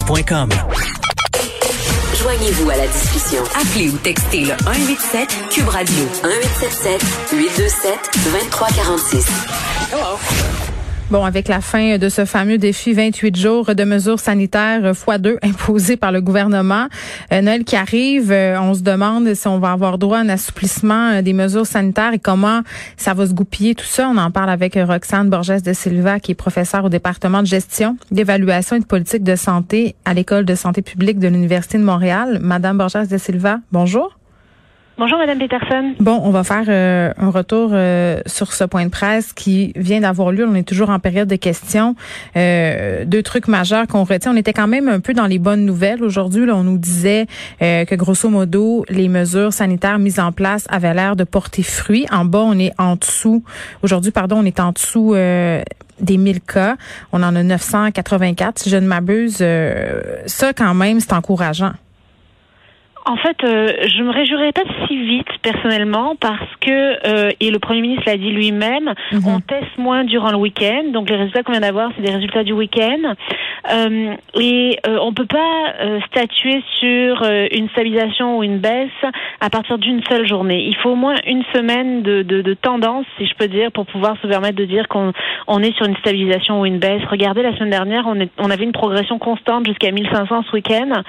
Cube.com. Joignez-vous à la discussion. Appelez ou textez le 187 Cube Radio 1877 827 2346. Hello. Bon, avec la fin de ce fameux défi 28 jours de mesures sanitaires x2 imposées par le gouvernement, Noël qui arrive, on se demande si on va avoir droit à un assouplissement des mesures sanitaires et comment ça va se goupiller tout ça. On en parle avec Roxane Borges de Silva, qui est professeure au département de gestion, d'évaluation et de politique de santé à l'École de santé publique de l'Université de Montréal. Madame Borges de Silva, bonjour. Bonjour, Madame Peterson. Bon, on va faire un retour sur ce point de presse qui vient d'avoir lieu. On est toujours en période de questions. Deux trucs majeurs qu'on retient. On était quand même un peu dans les bonnes nouvelles. Aujourd'hui, là, on nous disait que grosso modo, les mesures sanitaires mises en place avaient l'air de porter fruit. En bas, on est en dessous. Aujourd'hui, on est en dessous des 1000 cas. On en a 984, si je ne m'abuse. Ça, quand même, c'est encourageant. En fait, je me réjouirais pas si vite personnellement parce que et le Premier ministre l'a dit lui-même, on teste moins durant le week-end. Donc les résultats qu'on vient d'avoir, c'est des résultats du week-end. On peut pas statuer sur une stabilisation ou une baisse à partir d'une seule journée. Il faut au moins une semaine de tendance, si je peux dire, pour pouvoir se permettre de dire qu'on est sur une stabilisation ou une baisse. Regardez, la semaine dernière, on avait une progression constante jusqu'à 1500 ce week-end.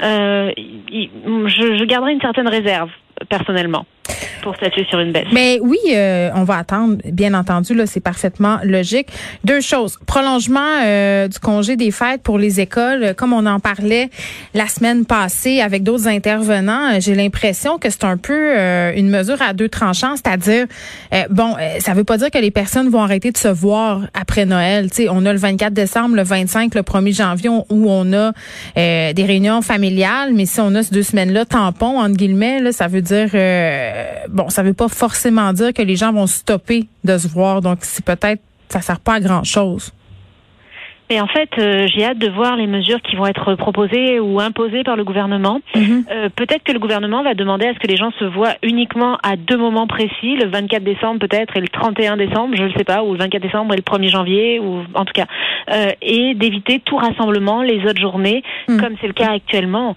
Je garderai une certaine réserve, personnellement, pour statuer sur une baisse. Mais oui, on va attendre, bien entendu, là, c'est parfaitement logique. Deux choses. Prolongement du congé des fêtes pour les écoles, comme on en parlait la semaine passée avec d'autres intervenants, j'ai l'impression que c'est un peu une mesure à deux tranchants, c'est-à-dire, ça veut pas dire que les personnes vont arrêter de se voir après Noël. Tu sais, on a le 24 décembre, le 25, le 1er janvier, où on a des réunions familiales, mais si on a ces 2 semaines-là, tampon, entre guillemets, là, ça veut dire... ça veut pas forcément dire que les gens vont stopper de se voir. Donc, c'est peut-être, ça sert pas à grand-chose. Et en fait, j'ai hâte de voir les mesures qui vont être proposées ou imposées par le gouvernement. Peut-être que le gouvernement va demander à ce que les gens se voient uniquement à 2 moments précis, le 24 décembre peut-être et le 31 décembre, je ne sais pas, ou le 24 décembre et le 1er janvier, ou en tout cas, et d'éviter tout rassemblement les autres journées, comme c'est le cas actuellement.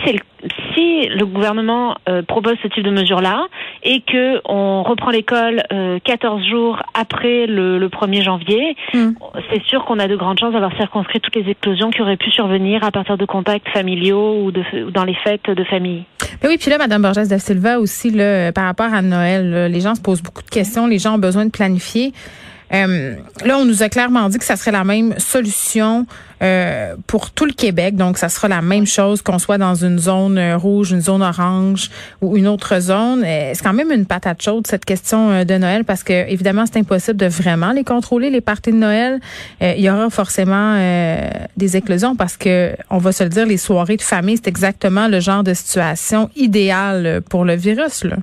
Si le gouvernement propose ce type de mesures-là et que on reprend l'école 14 jours après le 1er janvier, c'est sûr qu'on a de grandes chances d'avoir circonscrit toutes les explosions qui auraient pu survenir à partir de contacts familiaux ou dans les fêtes de famille. Mais oui, puis là, Mme Borges de Silva aussi, là, par rapport à Noël, là, les gens se posent beaucoup de questions, les gens ont besoin de planifier. Là, on nous a clairement dit que ça serait la même solution pour tout le Québec. Donc, ça sera la même chose qu'on soit dans une zone rouge, une zone orange ou une autre zone. C'est quand même une patate chaude, cette question de Noël, parce que évidemment, c'est impossible de vraiment les contrôler, les parties de Noël. Il y aura forcément des éclosions parce que, on va se le dire, les soirées de famille, c'est exactement le genre de situation idéale pour le virus, là.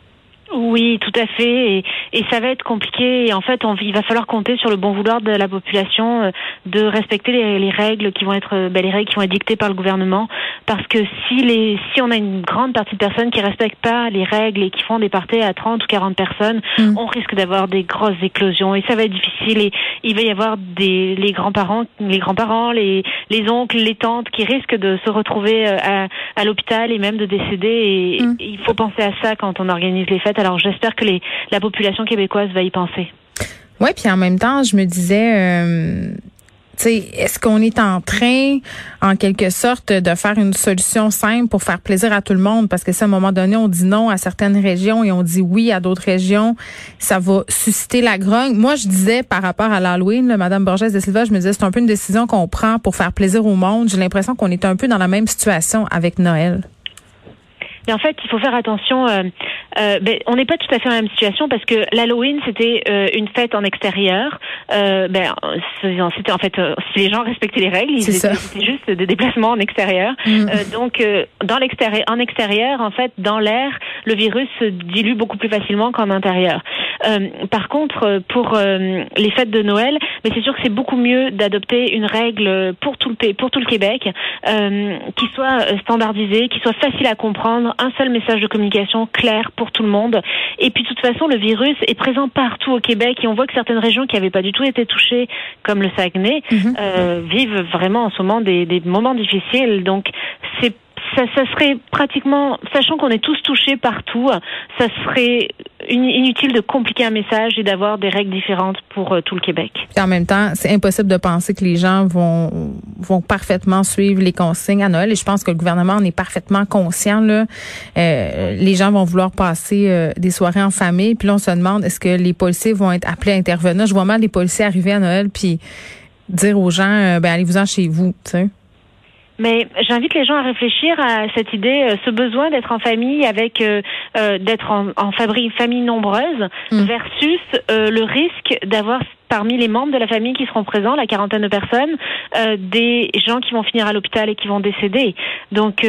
Oui, tout à fait. Et ça va être compliqué. Et en fait, il va falloir compter sur le bon vouloir de la population de respecter les règles qui vont être les règles qui vont être dictées par le gouvernement. Parce que si on a une grande partie de personnes qui respectent pas les règles et qui font des parties à 30 ou 40 personnes, on risque d'avoir des grosses éclosions. Et ça va être difficile. Et il va y avoir les grands-parents, les oncles, les tantes qui risquent de se retrouver à l'hôpital et même de décéder. Et il faut penser à ça quand on organise les fêtes. Alors, j'espère que la population québécoise va y penser. Oui, puis en même temps, je me disais, est-ce qu'on est en train, en quelque sorte, de faire une solution simple pour faire plaisir à tout le monde? Parce que si à un moment donné, on dit non à certaines régions et on dit oui à d'autres régions, ça va susciter la grogne. Moi, je disais, par rapport à l'Halloween, là, Mme Borges de Silva, je me disais, c'est un peu une décision qu'on prend pour faire plaisir au monde. J'ai l'impression qu'on est un peu dans la même situation avec Noël. Et en fait, il faut faire attention. On n'est pas tout à fait dans la même situation parce que l'Halloween, c'était une fête en extérieur. C'était en fait, si les gens respectaient les règles, c'était juste des déplacements en extérieur. Donc, en extérieur, en fait, dans l'air, le virus se dilue beaucoup plus facilement qu'en intérieur. Par contre, pour les fêtes de Noël, mais c'est sûr que c'est beaucoup mieux d'adopter une règle pour tout le Québec, qui soit standardisée, qui soit facile à comprendre, un seul message de communication clair pour tout le monde. Et puis de toute façon, le virus est présent partout au Québec et on voit que certaines régions qui n'avaient pas du tout été touchées, comme le Saguenay, vivent vraiment en ce moment des moments difficiles. Donc ça serait pratiquement, sachant qu'on est tous touchés partout, ça serait inutile de compliquer un message et d'avoir des règles différentes pour tout le Québec. Et en même temps, c'est impossible de penser que les gens vont parfaitement suivre les consignes à Noël. Et je pense que le gouvernement en est parfaitement conscient. Là, les gens vont vouloir passer des soirées en famille. Puis là, on se demande, est-ce que les policiers vont être appelés à intervenir? Je vois mal les policiers arriver à Noël puis dire aux gens, allez-vous-en chez vous, tu sais. Mais j'invite les gens à réfléchir à cette idée, ce besoin d'être en famille avec d'être en famille nombreuse versus le risque d'avoir parmi les membres de la famille qui seront présents, la quarantaine de personnes, des gens qui vont finir à l'hôpital et qui vont décéder. Donc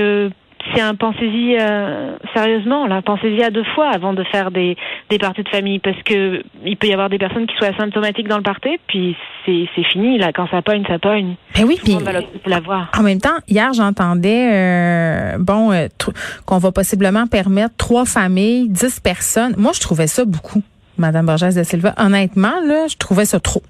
pensez-y sérieusement, là, pensez-y à deux fois avant de faire des parties de famille, parce que il peut y avoir des personnes qui soient asymptomatiques dans le party, puis c'est fini là, quand ça pogne, ça pogne. Ben oui, puis l'avoir. En même temps, hier j'entendais qu'on va possiblement permettre 3 familles, 10 personnes. Moi, je trouvais ça beaucoup, Madame Borges de Silva. Honnêtement, là, je trouvais ça trop.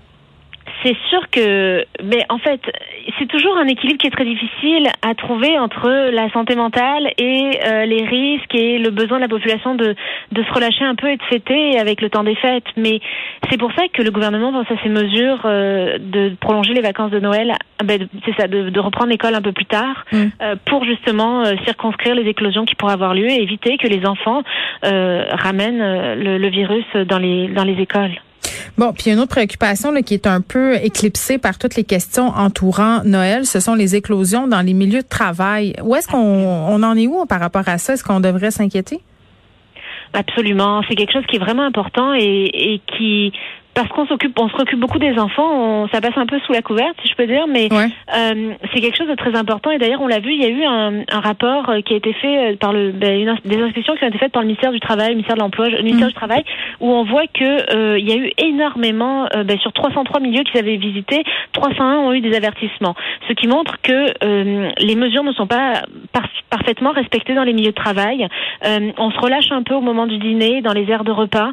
C'est sûr que, mais en fait, c'est toujours un équilibre qui est très difficile à trouver entre la santé mentale et les risques et le besoin de la population de se relâcher un peu et de fêter avec le temps des fêtes. Mais c'est pour ça que le gouvernement pense à ces mesures de prolonger les vacances de Noël, c'est ça, de reprendre l'école un peu plus tard, pour justement circonscrire les éclosions qui pourraient avoir lieu et éviter que les enfants ramènent le virus dans les écoles. Bon, puis il y a une autre préoccupation là, qui est un peu éclipsée par toutes les questions entourant Noël, ce sont les éclosions dans les milieux de travail. Où est-ce qu'on en est où par rapport à ça? Est-ce qu'on devrait s'inquiéter? Absolument, c'est quelque chose qui est vraiment important et qui... Parce qu'on se préoccupe beaucoup des enfants, ça passe un peu sous la couverte, si je peux dire, mais c'est quelque chose de très important. Et d'ailleurs, on l'a vu, il y a eu un rapport qui a été fait par des inspections qui ont été faites par le ministère du Travail, le ministère de l'Emploi, le ministère du Travail, où on voit que il y a eu énormément, sur 303 milieux qu'ils avaient visités, 301 ont eu des avertissements, ce qui montre que les mesures ne sont pas parfaitement respectées dans les milieux de travail. On se relâche un peu au moment du dîner, dans les aires de repas,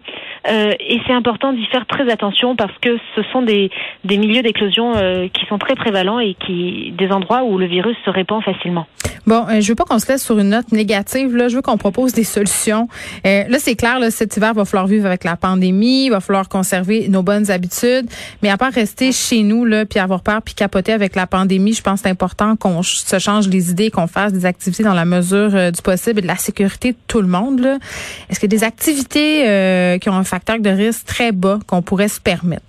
et c'est important d'y faire très attention parce que ce sont des milieux d'éclosion qui sont très prévalents et des endroits où le virus se répand facilement. Bon, je veux pas qu'on se laisse sur une note négative. Là, je veux qu'on propose des solutions. Là, c'est clair, là, cet hiver, il va falloir vivre avec la pandémie, il va falloir conserver nos bonnes habitudes, mais à part rester chez nous là, puis avoir peur, puis capoter avec la pandémie, je pense que c'est important qu'on se change les idées, qu'on fasse des activités dans la mesure du possible et de la sécurité de tout le monde. Là. Est-ce que des activités qui ont un facteur de risque très bas qu'on pourrait se permettre?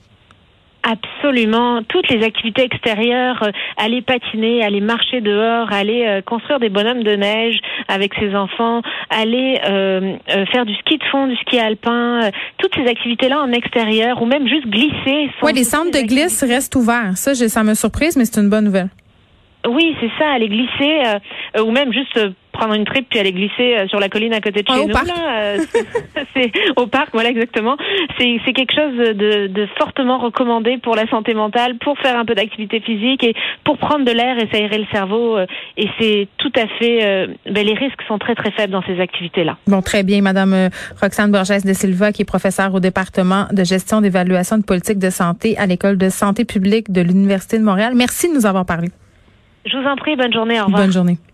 Absolument. Toutes les activités extérieures, aller patiner, aller marcher dehors, aller construire des bonhommes de neige avec ses enfants, aller faire du ski de fond, du ski alpin, toutes ces activités-là en extérieur ou même juste glisser. Oui, les centres de glisse restent ouverts. Ça m'a surprise, mais c'est une bonne nouvelle. Oui, c'est ça, aller glisser ou même juste prendre une tripe puis aller glisser sur la colline à côté de chez nous. Là, c'est au parc, voilà exactement. C'est quelque chose de fortement recommandé pour la santé mentale, pour faire un peu d'activité physique et pour prendre de l'air et s'aérer le cerveau. Et c'est tout à fait... les risques sont très très faibles dans ces activités-là. Bon, très bien, Madame Roxane Borges de Silva, qui est professeure au département de gestion d'évaluation de politique de santé à l'École de santé publique de l'Université de Montréal. Merci de nous avoir parlé. Je vous en prie, bonne journée, au revoir. Bonne journée.